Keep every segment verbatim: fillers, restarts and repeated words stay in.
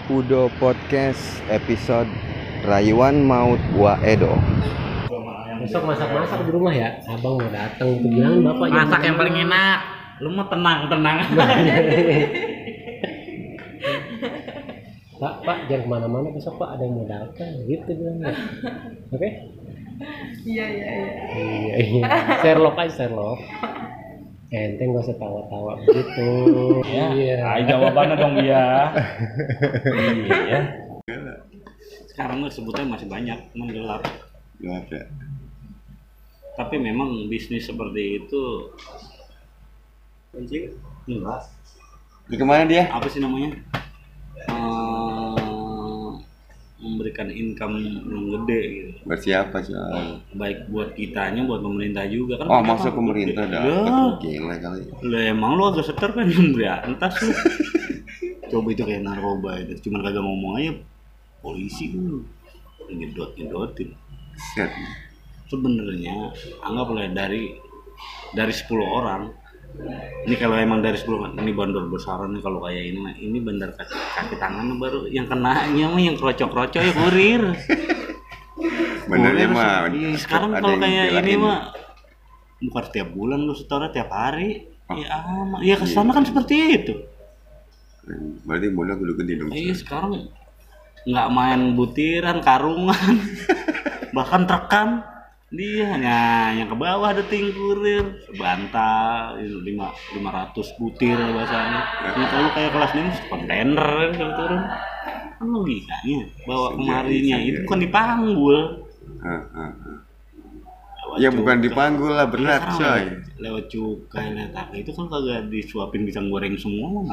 Udo Podcast episode Rayuan Maut Wa Edo. Besok masak-masak di rumah ya. Abang mau datang tuh bilangin bapak masak yang paling enak. Lu mah tenang-tenang. Pak, Pak jangan kemana-mana besok Pak, ada yang mau datang gitu bilangnya. Oke? Okay? Iya iya iya. Iya iya. Sherlock aja Sherlock. Ente nggak usah tawa-tawa begitu. Ya, Iya. ay, jawabannya dong iya. Iya. Sekarang mah sebutnya masih banyak, cuman gelap. Gelap ya. Tapi memang bisnis seperti itu enggak. Di kemana dia? Apa sih namanya? Eh, memberikan income yang gede gitu. Buat siapa sih? Baik buat kitanya, buat pemerintah juga kan. Oh, kita masuk kan pemerintah gede. dapat Ya. gila kali. Lah emang lu agak seter kan berantas lu. Coba itu kayak narkoba itu, cuman kagak ngomong aja polisi lu nyedot-nyedotin. Set. Sebenarnya anggaplah dari dari sepuluh orang. Ini kalau emang dari sepuluh ini bandar besaran nih kalau kayak ini ini bandar kaki, kaki tangan baru yang kenanya mah yang krocok-krocok ya kurir. Benernya Kurir, mah. iya, sekarang ada kalau yang kayak ini belain. mah bukan tiap bulan lu setornya tiap hari. Oh. Ya amat. Ya kesana kan seperti itu. Berarti bola kudu gede dong. Iya sekarang nggak main butiran, karungan, bahkan terekam dia hanya yang ke bawah ada ting kurir bantal lima lima ratus butir bahasanya. Nah, kalau kayak kelas ini kontainer kalau turun kan logikanya bawa kemarinya itu bukan dipanggul. Heeh, heeh. Lewat Ya bukan cukai. dipanggul lah, berat Iya, coy. lewat, lewat cukai lewat apa itu kan kagak disuapin pisang goreng semua mah.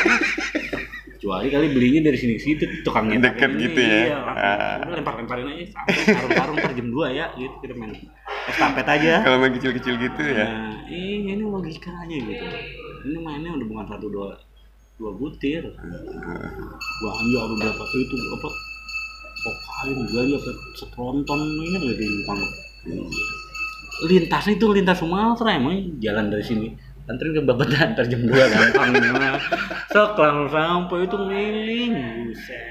Kecuali kali belinya dari sini ke situ tukangnya Deket gitu ya. iya, Ah. udah lempar-lemparin aja sampai karung-karung ntar jam dua ya gitu kita main estafet aja. Kalau main kecil-kecil gitu ya. Nah, iya ini logikanya gitu. Ini mainnya udah bukan satu dua dua butir. Belanja udah berapa tuh itu apa? Kokain belanja apa setronton ini udah ditangkap. Lintasnya itu lintas Sumatera emang jalan dari sini. Anterin ke Babadan ntar jam dua gampang. Sok langsung sampai itu ngiling. Buset.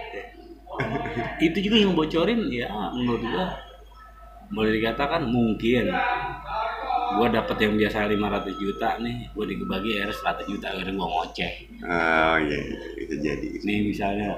Itu juga yang bocorin ya menurut gua boleh dikatakan mungkin gua dapat yang biasa lima ratus juta nih, gua dibagi akhirnya seratus juta akhirnya gua ngoceh. Oh iya, iya, bisa jadi. Nih misalnya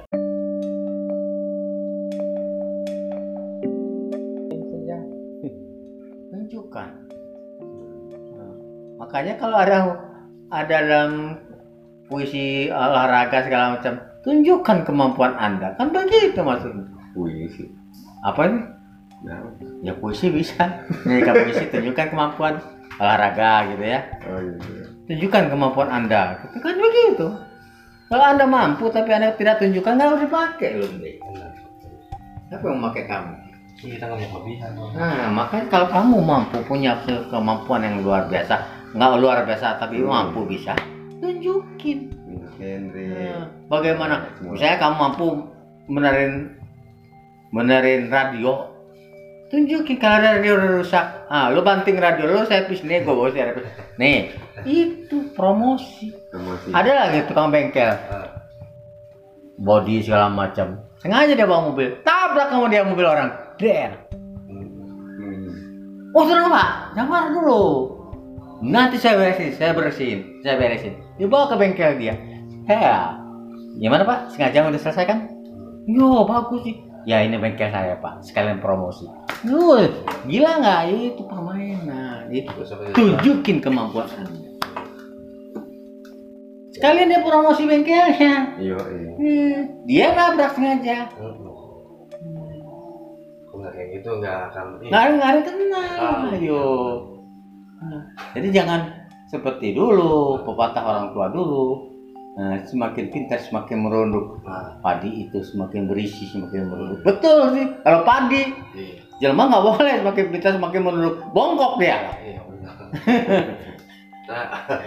Tunjukkan. Nah, makanya kalau ada ada dalam puisi olahraga segala macam, tunjukkan kemampuan Anda. Kan begitu maksudnya. Puisi. Apa ini? Nah, Ya puisi bisa. Nyanyikan puisi, tunjukkan kemampuan olahraga gitu ya. oh iya. Tunjukkan kemampuan Anda. Gitu kan begitu. Kalau Anda mampu tapi Anda tidak tunjukkan, nggak harus dipakai loh. Siapa yang memakai kamu? Kita nggak mau kelebihan. Nah, makanya kalau kamu mampu punya kemampuan yang luar biasa, nggak luar biasa tapi Hmm. mampu bisa, tunjukin. Henry. Nah, bagaimana? Misalnya kamu mampu menerin menerin radio, tunjukin kalau ada radio udah rusak. Ah, lu banting radio lu, servis nih, gue bawa servis. Nih, itu promosi. Promosi. Ada lagi tukang bengkel, body segala macam. Sengaja dia bawa mobil, tabrak sama dia mobil orang. Der. Hmm. Oh tenang pak, jangan marah dulu. Nanti saya beresin, saya bersihin, saya beresin. Dibawa ke bengkel dia. Ya, gimana pak? Sengaja udah selesai kan? Yo bagus sih. Ya ini bengkel saya pak, sekalian promosi. Yo, gila nggak? Itu permainan. Itu tunjukin kemampuan Anda. Sekalian dia promosi bengkelnya. Iya, iya. Hmm, dia nabrak sengaja. Nggak kayak gitu nggak akan. Nggak ada nggak ada tenang. Ah. Ayo. Nah, jadi jangan seperti dulu, pepatah orang tua dulu. Nah, semakin pintar semakin merunduk. Nah, Padi itu semakin berisi semakin merunduk. Betul sih. Kalau padi, iya. jelma nggak boleh semakin pintar semakin merunduk. Bongkok dia. Iya benar. Nah,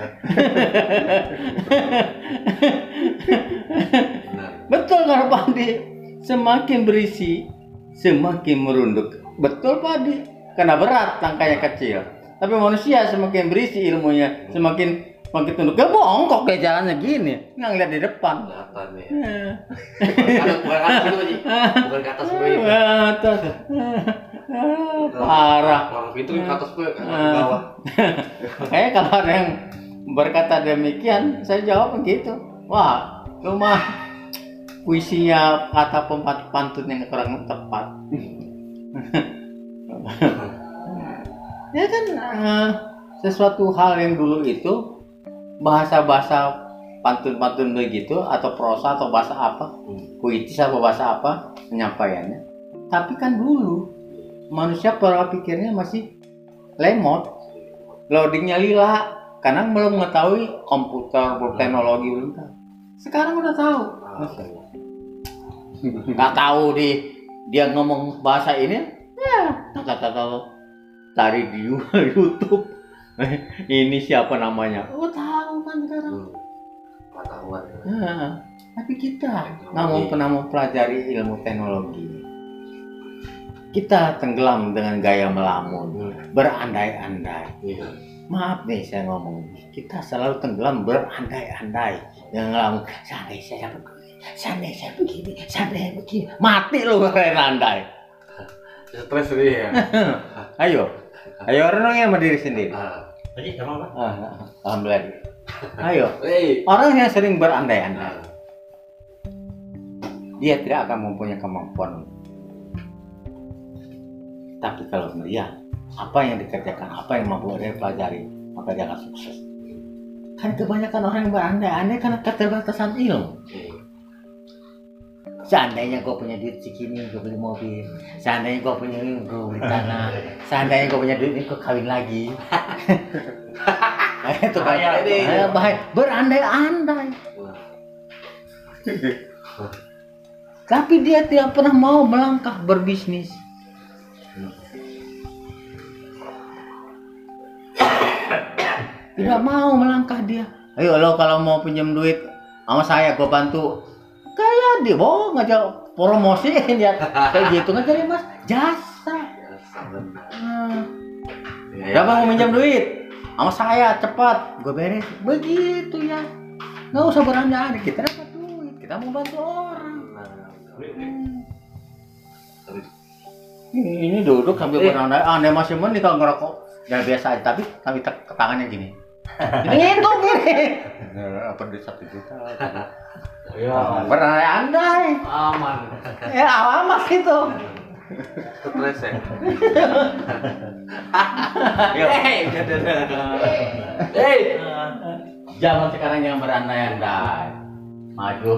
benar. Betul kalau padi semakin berisi semakin merunduk. Betul padi. Karena berat, langkahnya kecil. Tapi manusia semakin berisi ilmunya, semakin Begitu nunduk, dia bongkok dia jalannya gini, nggak ngeliat di depan. Kelihatan ya. Eh. Bukan ke atas itu Ji. Bukan ke atas gue. Atas. Parah. Orang pintu ke atas gue kan ke bawah. Kayak kalau ada yang berkata demikian, saya jawab begitu. Wah, lu mah puisinya kata pempat pantun yang kurang tepat. Ya kan uh, sesuatu hal yang dulu itu bahasa-bahasa pantun-pantun begitu atau prosa atau bahasa apa, puitis atau bahasa apa penyampaiannya. Tapi kan dulu manusia pola pikirnya masih lemot, loadingnya lila, karena belum mengetahui komputer, teknologi belum tahu. Sekarang udah tahu. Nggak tahu di dia ngomong bahasa ini, ya tahu cari di YouTube. Ini siapa namanya? Oh tahu kan sekarang. Pengetahuan. Nah, tapi kita nggak mau pernah mempelajari ilmu teknologi. Kita tenggelam dengan gaya melamun, berandai-andai. Iya. Maaf nih saya ngomong, kita selalu tenggelam berandai-andai dengan ngelamun. Seandainya saya begini, seandainya saya begini, seandainya begini, mati lo berandai. Stres dia ya. Ayo, ayo renungin sama diri sendiri. Ah, Tadi sama apa? Ah, alhamdulillah. Ayo, Hei. orang yang sering berandai-andai, dia tidak akan mempunyai kemampuan. Tapi kalau dia apa yang dikerjakan, apa yang mampu dia pelajari, maka dia akan sukses. Kan kebanyakan orang yang berandai-andai karena keterbatasan ilmu. Seandainya gue punya duit segini, gue beli mobil. Seandainya gue punya duit, gue beli tanah. Seandainya gue punya duit, gue kawin lagi. Itu kayak bahaya, bahaya. Berandai-andai. Tapi dia tidak pernah mau melangkah berbisnis. Tidak mau melangkah dia. Ayo lo kalau mau pinjam duit sama saya, gue bantu. Kayak dia bohong aja promosiin ya kayak gitu nggak jadi mas jasa. Hmm. Berapa mau minjam duit sama saya cepat gue beres begitu ya, nggak usah berandai-andai, kita dapat duit, kita mau bantu orang. Hmm. Ini duduk sambil berandai-andai masih mending kalau ngerokok ya biasa aja, tapi sambil ke tangannya gini. Ini ngitung gini. Apa duit satu juta? Ya, berandai-andai. Aman. Ya aman gitu. Stres ya. Hei, hei. Zaman sekarang jangan berandai-andai. Maju.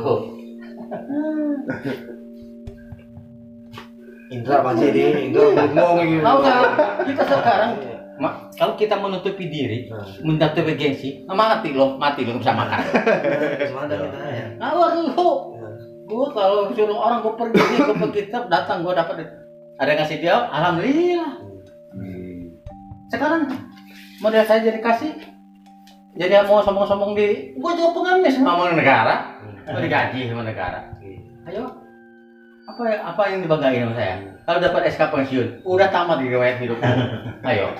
Indra pasti ini, Indra ngomong gitu. Tahu kalau kita sekarang Ma, kalau kita menutupi diri, menutupi gengsi, nah mati loh, mati loh bisa makan. Gimana kita ya? Nah, waduh, gue kalau suruh orang gue pergi, gue pergi tetap datang, gue dapat ada yang ngasih dia, alhamdulillah. Sekarang model saya jadi kasih, jadi mau sombong-sombong diri, gue juga pengemis sama negara, gue digaji sama negara. Ayo, apa apa yang dibanggain sama saya? Kalau dapat S K pensiun, udah tamat di riwayat hidup. Ayo.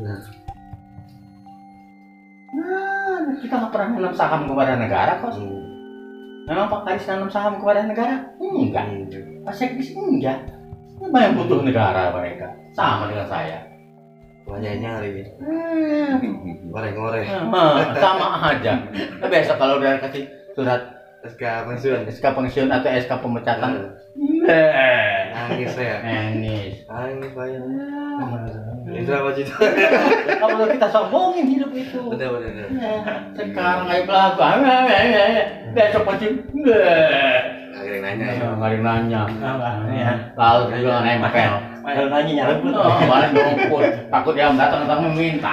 Nah, kita nggak pernah nanam saham kepada negara kok. Memang Pak Karis nanam saham kepada negara? Enggak. Pak Sekdis enggak. Apa yang butuh negara mereka? Sama dengan saya. Wajahnya hari ini. Hmm. Goreng-goreng. Nah, sama aja. Nah, besok kalau udah kasih surat S K pensiun. S K pensiun atau S K pemecatan, Eh, nangis ya. nangis. Nangis banyak. Indra apa itu? Kalau perlu kita sombongin hidup itu. Bener bener. Sekarang kayak pelaku, besok pensiun. Gak ada yang nanya. Nggak ada yang nanya. Lalu juga nempel. Padahal nanya nyareput. Oh, malah domput. Takut dia datang datang meminta.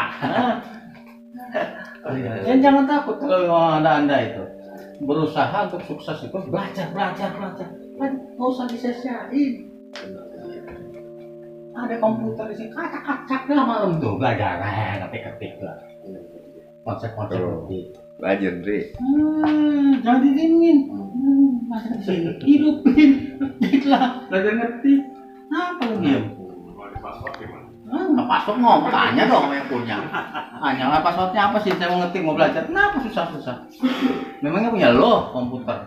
Dan jangan takut kalau anda anda itu berusaha untuk sukses itu belajar belajar belajar. Kan nggak usah disia-siain. Ada komputer di sini, kacak-kacak lah malam tuh belajar, ketik-ketik lah. Konsep-konsep lebih. Belajar, Dri. Hmm, jangan didiemin. Hmm, masa di sini hidupin, ngetik lah, belajar ngetik. Apa lagi? Ah, nggak pasok ngomong, tanya dong sama yang punya. Ah, nyala passwordnya apa sih? Saya mau ngetik, mau belajar. Kenapa susah-susah? Memangnya punya lo komputer?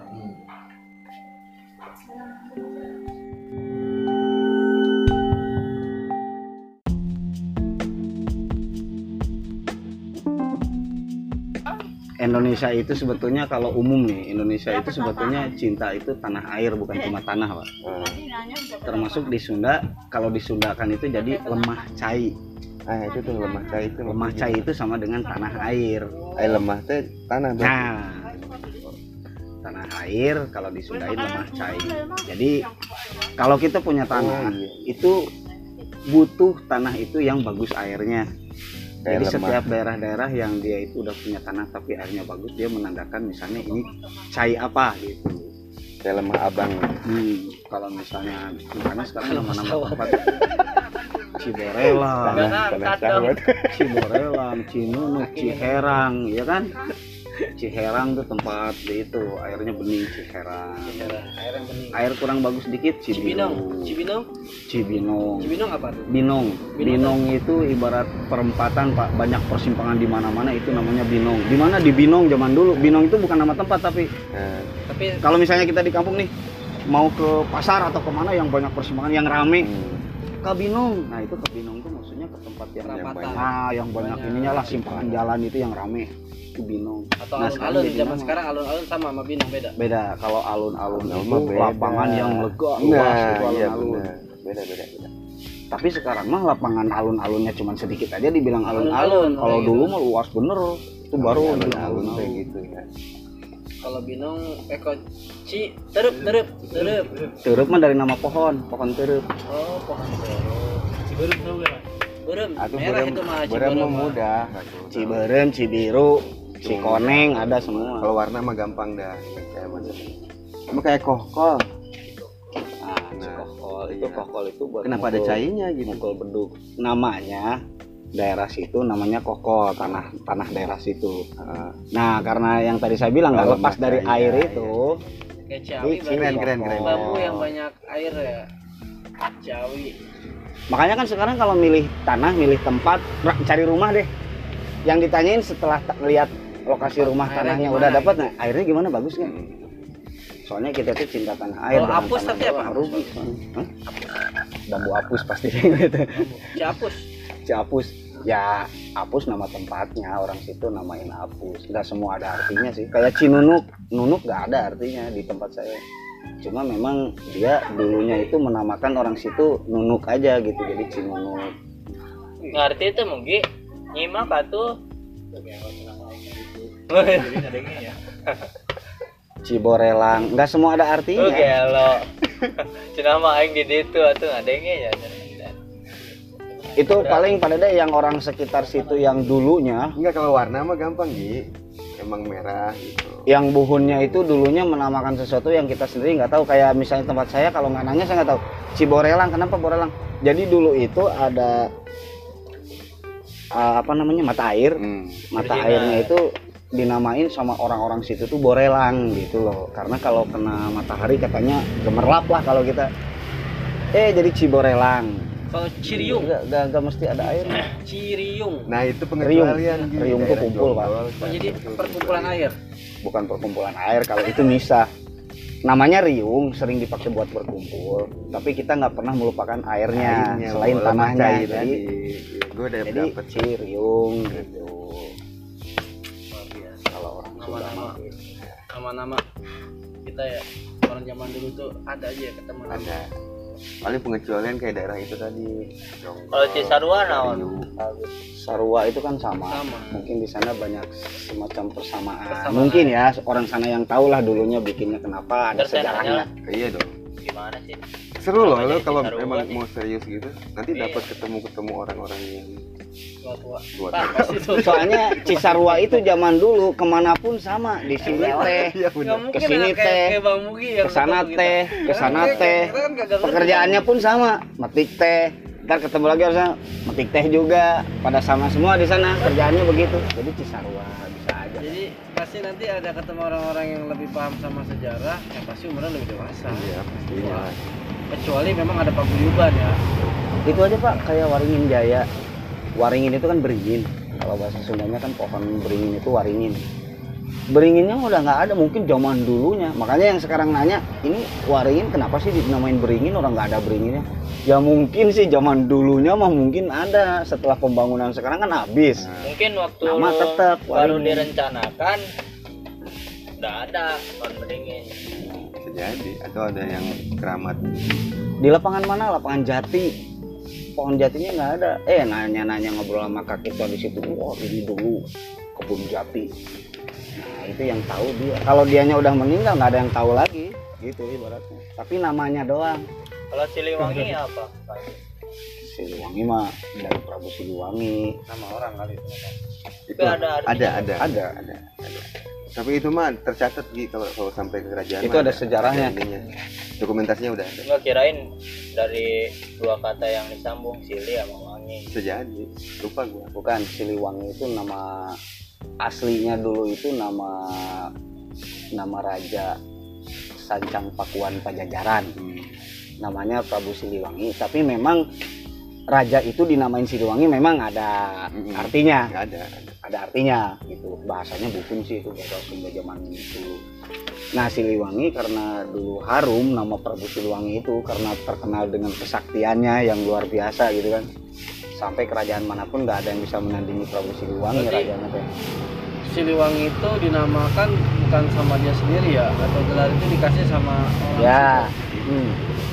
Indonesia itu sebetulnya kalau umum nih, Indonesia itu sebetulnya cinta itu tanah air, bukan cuma tanah, Pak. Termasuk di Sunda, kalau disundakan itu jadi lemah cai. Ah itu tuh lemah cai itu. Lemah cai itu sama dengan tanah air. Air lemah teh tanah. berarti. Nah, tanah air kalau disundain lemah cai. Jadi kalau kita punya tanah, Oh, iya. itu butuh tanah itu yang bagus airnya. Kayak Jadi lemah. setiap daerah-daerah yang dia itu udah punya tanah tapi airnya bagus, dia menandakan misalnya ini cai apa gitu. Kayak lemah abang. Hmm, kalau misalnya misalnya sekarang nama-nama tempat Ciborelang, Tanah sawat. Ciborelang, Cinunuk, Ciherang, ya kan? Ciherang tuh tempat di itu airnya bening Ciherang. Air yang bening. Air kurang bagus dikit Cibinong, Cibiru, Cibinong, Cibinong. Cibinong apa tuh? Binong, Binong Binong itu ibarat perempatan Pak, banyak persimpangan di mana-mana itu namanya Binong. Di mana di Binong zaman dulu, Binong itu bukan nama tempat tapi Nah, Tapi kalau misalnya kita di kampung nih mau ke pasar atau kemana yang banyak persimpangan yang rame, hmm, ke Binong. Nah itu ke Binong itu maksudnya ke tempat yang yang Perapatan. banyak. nah yang banyak Banyak. ininya lah simpangan jalan itu yang rame itu Binong. atau Nah, sekarang alun-alun jadi zaman nama. sekarang alun-alun sama sama Binong beda. Beda kalau alun-alun Alun-alun itu mah beda. lapangan yang lega luas Nah, itu iya alun-alun. benar. Beda beda beda. Tapi sekarang mah lapangan alun-alunnya cuma sedikit aja dibilang Alun-alun, alun-alun. Kalau kayak dulu gitu. mah luas bener. Itu baru alun dibilang alun kayak alun-alun. gitu ya. Kalau Binong eko ci terup terup terup. Teureub mah dari nama pohon, pohon teureub. Oh, pohon terup. Ciberem tahu enggak? Berem, Atau merah berem itu mah berem Ciberem. mah mah. mudah. Ciberem, Cibiru, Cikoneng ada semua. Kalau warna mah gampang dah. Kayak mana? Sama kayak kohkol. Nah, Cikokol itu iya. kokol itu buat Kenapa ada mukul- cainya gitu? mukul beduk. Namanya daerah situ namanya kokol, tanah tanah daerah situ. Ah, Nah, karena yang tadi saya bilang nggak Kalau lepas dari makanya, air iya. itu. Kayak Ciawi Jadi, berarti keren, keren, keren. bambu yang banyak air ya. Ciawi. Makanya kan sekarang kalau milih tanah, milih tempat, ra- cari rumah deh. Yang ditanyain setelah ta- lihat lokasi rumah Airnya tanahnya gimana udah dapat, gitu. nah airnya gimana bagus nggak? Soalnya kita tuh cinta tanah air. Kalau jangan apus tanah tapi apa? doang, rugi. Hah? Bambu apus pasti gitu. Ciapus. Ciapus. Ya, apus nama tempatnya, orang situ namain apus. Nggak semua ada artinya sih. Kayak Cinunuk, Nunuk nggak ada artinya di tempat saya. Cuma memang dia dulunya itu menamakan orang situ Nunuk aja gitu, jadi Cinunuk. Ngerti itu mungkin nyimak atuh. Ciborelang, nggak semua ada artinya. Oke lo. Cina mah aing di ditu atuh ngadenge ya. Itu paling pada deh yang orang sekitar situ yang dulunya, enggak kalau warna mah gampang Gi. Emang merah gitu. yang buhunnya itu dulunya menamakan sesuatu yang kita sendiri nggak tahu. Kayak misalnya tempat saya, kalau nggak nanya saya nggak tahu. Ciborelang, kenapa Borelang? Jadi dulu itu ada uh, apa namanya mata air, Hmm. mata Bersinar. airnya itu dinamain sama orang-orang situ tuh Borelang gitu loh. Karena kalau kena matahari katanya gemerlap lah kalau kita. Eh jadi Ciborelang. Kalau Ciriung, Nggak, nggak, nggak mesti ada air. Ciriung. Nah, itu pengecualian Riung. Gi. Riung tuh Daerah kumpul, Pak. Jonggol, Oh, jadi perkumpulan air. Bukan perkumpulan air, kalau itu misah. Namanya riung, sering dipakai buat berkumpul, tapi kita nggak pernah melupakan airnya, Airnya, selain bola tanahnya. cai Jadi, tadi. Gue udah jadi dapet Ciriung gitu. Luar biasa. Kalau orang Sunda Nama-nama. mah gitu. Nama-nama kita ya orang zaman dulu tuh ada aja ya ketemu nama. ada. Paling pengecualian kayak daerah itu tadi. Jonggol, Kalau Cisarua naon? Riung. Sarua itu kan sama. Sama. Mungkin di sana banyak semacam persamaan. Persamaan. Mungkin ya orang sana yang tahu lah dulunya bikinnya kenapa, ada Terus saya sejarahnya. Iya dong. Gimana sih? Seru loh Namanya lo kalau Cisarua emang nih. mau serius gitu. Nanti Iya. dapat ketemu-ketemu orang-orang yang Tua-tua. tua. Pak, pasti tuh. Soalnya Cisarua itu zaman dulu kemanapun sama, di sini teh, Iya Nggak benar. mungkin Kesini ada kayak, teh, kayak Bang Mugi yang kesana ketemu kita. teh, kesana Kita- teh. kita kan kagak ngerti. Pekerjaannya pun sama, metik teh. Ntar ketemu lagi harusnya metik teh juga. Pada sama semua di sana, kerjaannya begitu. Jadi Cisarua bisa aja. Jadi pasti nanti ada ketemu orang-orang yang lebih paham sama sejarah, yang pasti umurnya lebih dewasa. Iya pastinya. Kecuali memang ada paguyuban ya. Itu aja Pak, kayak Waringin Jaya. Waringin itu kan beringin. Kalau bahasa Sundanya kan pohon beringin itu waringin. Beringinnya udah nggak ada mungkin zaman dulunya. Makanya yang sekarang nanya, ini waringin kenapa sih dinamain beringin, orang nggak ada beringinnya? Ya mungkin sih zaman dulunya mah mungkin ada. Setelah pembangunan sekarang kan habis. Mungkin waktu Nama tetap baru waringin. direncanakan udah ada pohon beringin. Bisa jadi atau ada yang keramat. Di lapangan mana? Lapangan Jati. Pohon jatinya nggak ada. Eh nanya-nanya ngobrol sama kak kita di situ. Wah ini dulu kebun jati. Nah itu yang tahu dia. Kalau dianya udah meninggal nggak ada yang tahu lagi. Gitu ibaratnya. Tapi namanya doang. Kalau Siliwangi apa? Siliwangi mah dari Prabu Siliwangi. Nama orang kali itu. Itu Tapi ada artinya. ada ada Ada. ada ada. Tapi itu mah tercatat Gi kalau kalau sampai ke kerajaan. Itu mah ada sejarahnya. ada ininya. Dokumentasinya udah ada. Enggak kirain dari dua kata yang disambung Sili sama Wangi. Bisa jadi. Lupa gua. Bukan, Siliwangi itu nama aslinya dulu itu nama nama raja Sancang Pakuan Pajajaran. Namanya Prabu Siliwangi, tapi memang raja itu dinamain Siliwangi memang ada Mm-mm. artinya. Nggak ada. ada. Ada artinya gitu. Bahasanya bukan sih itu bahasa Sunda zaman itu. Nah, Siliwangi karena dulu harum nama Prabu Siliwangi itu karena terkenal dengan kesaktiannya yang luar biasa gitu kan. Sampai kerajaan manapun nggak ada yang bisa menandingi Prabu Siliwangi. Berarti- Rajanya teh. Siliwangi itu dinamakan bukan sama dia sendiri ya, atau gelar itu dikasih sama orang Ya. situ. Hmm.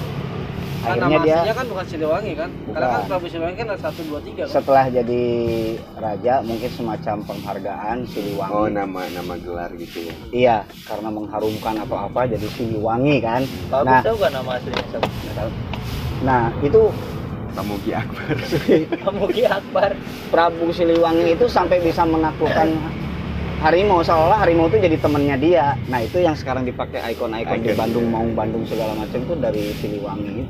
Kan Akhirnya nama dia aslinya kan bukan Siliwangi kan? Karena kan Bukan. Prabu Siliwangi kan ada satu dua tiga kan? setelah jadi raja mungkin semacam penghargaan Siliwangi. Oh nama nama gelar gitu ya. Iya, karena mengharumkan atau apa jadi Siliwangi kan. Bagus Nah. tahu gak nama aslinya siapa? Nah, itu Pamugi Akbar. Kamu Ki Akbar. Prabu Siliwangi itu sampai bisa menaklukkan harimau, seolah harimau itu jadi temennya dia. Nah, itu yang sekarang dipakai ikon-ikon di Icon, Bandung, iya. Maung Bandung segala macam itu dari Siliwangi itu.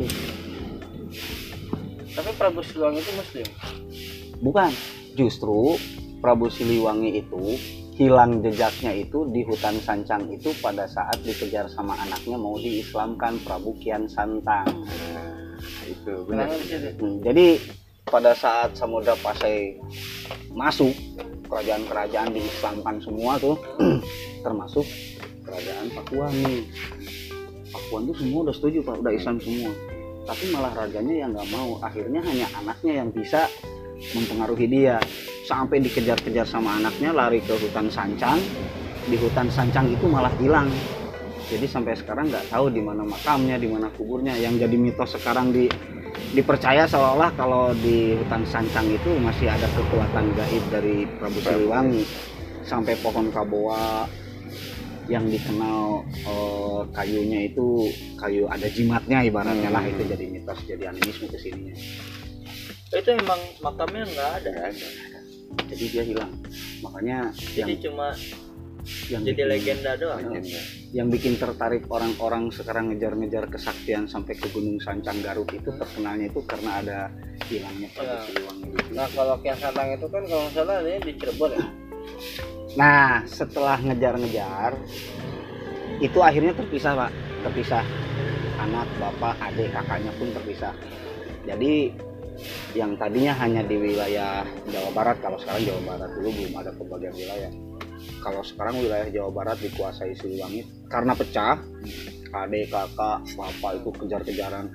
Tapi Prabu Siliwangi itu Muslim. Bukan, justru Prabu Siliwangi itu hilang jejaknya itu di hutan Sancang itu pada saat dikejar sama anaknya mau diislamkan Prabu Kian Santang. Nah, itu benar. Kenapa di situ? Hmm, jadi pada saat Samudra Pasai masuk, kerajaan-kerajaan diislamkan semua tuh, termasuk kerajaan Pakuan nih. Pakuan tuh semua udah setuju Pak, udah Islam semua. Tapi malah rajanya yang nggak mau. Akhirnya hanya anaknya yang bisa mempengaruhi dia. Sampai dikejar-kejar sama anaknya, lari ke hutan Sancang. Di hutan Sancang itu malah hilang. Jadi sampai sekarang nggak tahu di mana makamnya, di mana kuburnya. Yang jadi mitos sekarang di dipercaya seolah kalau di hutan Sancang itu masih ada kekuatan gaib dari Prabu Siliwangi. Sampai pohon kaboa yang dikenal eh, kayunya itu kayu ada jimatnya ibaratnya lah, itu jadi mitos, jadi animisme kesininya. Itu emang makamnya nggak ada. Nggak ada. Jadi dia hilang. Makanya yang Jadi cuma yang jadi bikin- legenda doang. Legenda. yang bikin tertarik orang-orang sekarang ngejar-ngejar kesaktian sampai ke Gunung Sancang Garut itu terkenalnya itu karena ada hilangnya Prabu Ya. Siliwangi itu. Nah kalau Kian Santang itu kan kalau nggak salah dia di Cirebon ya. Nah, setelah ngejar-ngejar itu akhirnya terpisah, Pak. Terpisah. Anak, bapak, adik, kakaknya pun terpisah. Jadi yang tadinya hanya di wilayah Jawa Barat, kalau sekarang Jawa Barat dulu belum ada pembagian wilayah. Kalau sekarang wilayah Jawa Barat dikuasai Siliwangi karena pecah. Adik, kakak, bapak itu kejar-kejaran.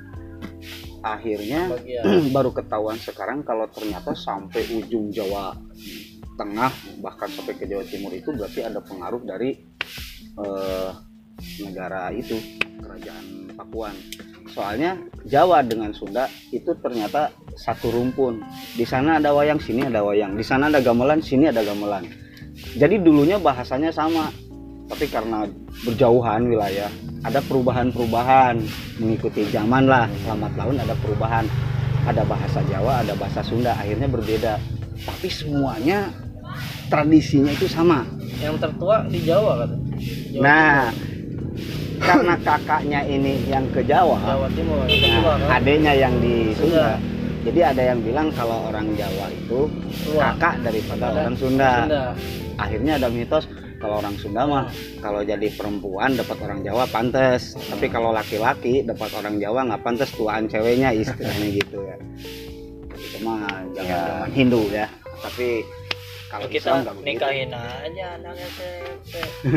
Akhirnya Bagian. baru ketahuan sekarang kalau ternyata sampai ujung Jawa Tengah bahkan sampai ke Jawa Timur itu berarti ada pengaruh dari eh, negara itu, kerajaan Pakuan. Soalnya Jawa dengan Sunda itu ternyata satu rumpun. Di sana ada wayang, sini ada wayang. Di sana ada gamelan, sini ada gamelan. Jadi dulunya bahasanya sama, tapi karena berjauhan wilayah ada perubahan-perubahan mengikuti zaman lah, lambat laun ada perubahan. Ada bahasa Jawa, ada bahasa Sunda, akhirnya berbeda. Tapi semuanya tradisinya itu sama. Yang tertua di Jawa kan? Jawa Nah, karena kakaknya ini yang ke Timur. Jawa, Jawa Timur yang tertua nah, kan? adiknya yang di Sunda. Sunda. Jadi ada yang bilang kalau orang Jawa itu Tua. kakak daripada Ada orang Sunda. Sunda. Akhirnya ada mitos kalau orang Sunda mah kalau jadi perempuan dapat orang Jawa pantas, tapi kalau laki-laki dapat orang Jawa nggak pantas, tuaan ceweknya istilahnya gitu ya. Itu mah zaman-zaman Hindu ya. Tapi Kalau kita Islam nggak begitu. nikahin aja anak S M P.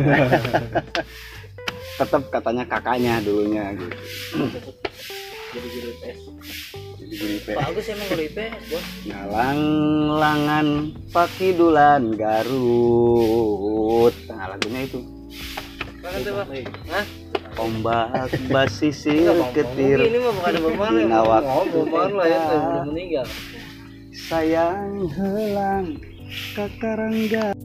Tetap katanya kakaknya dulunya gitu. Jadi guru I P S. Jadi guru I P S. Bagus emang guru I P S, Bos. Ngalang langan pakidulan Garut. Nah lagunya itu. Mana tuh, Bang? Hah? Ombak basisir Enggak, ketir ini mah bukan Bob Marley. dina waktu Bob Marley ya, tuh, eta. belum meninggal. Sayang helang kakarangga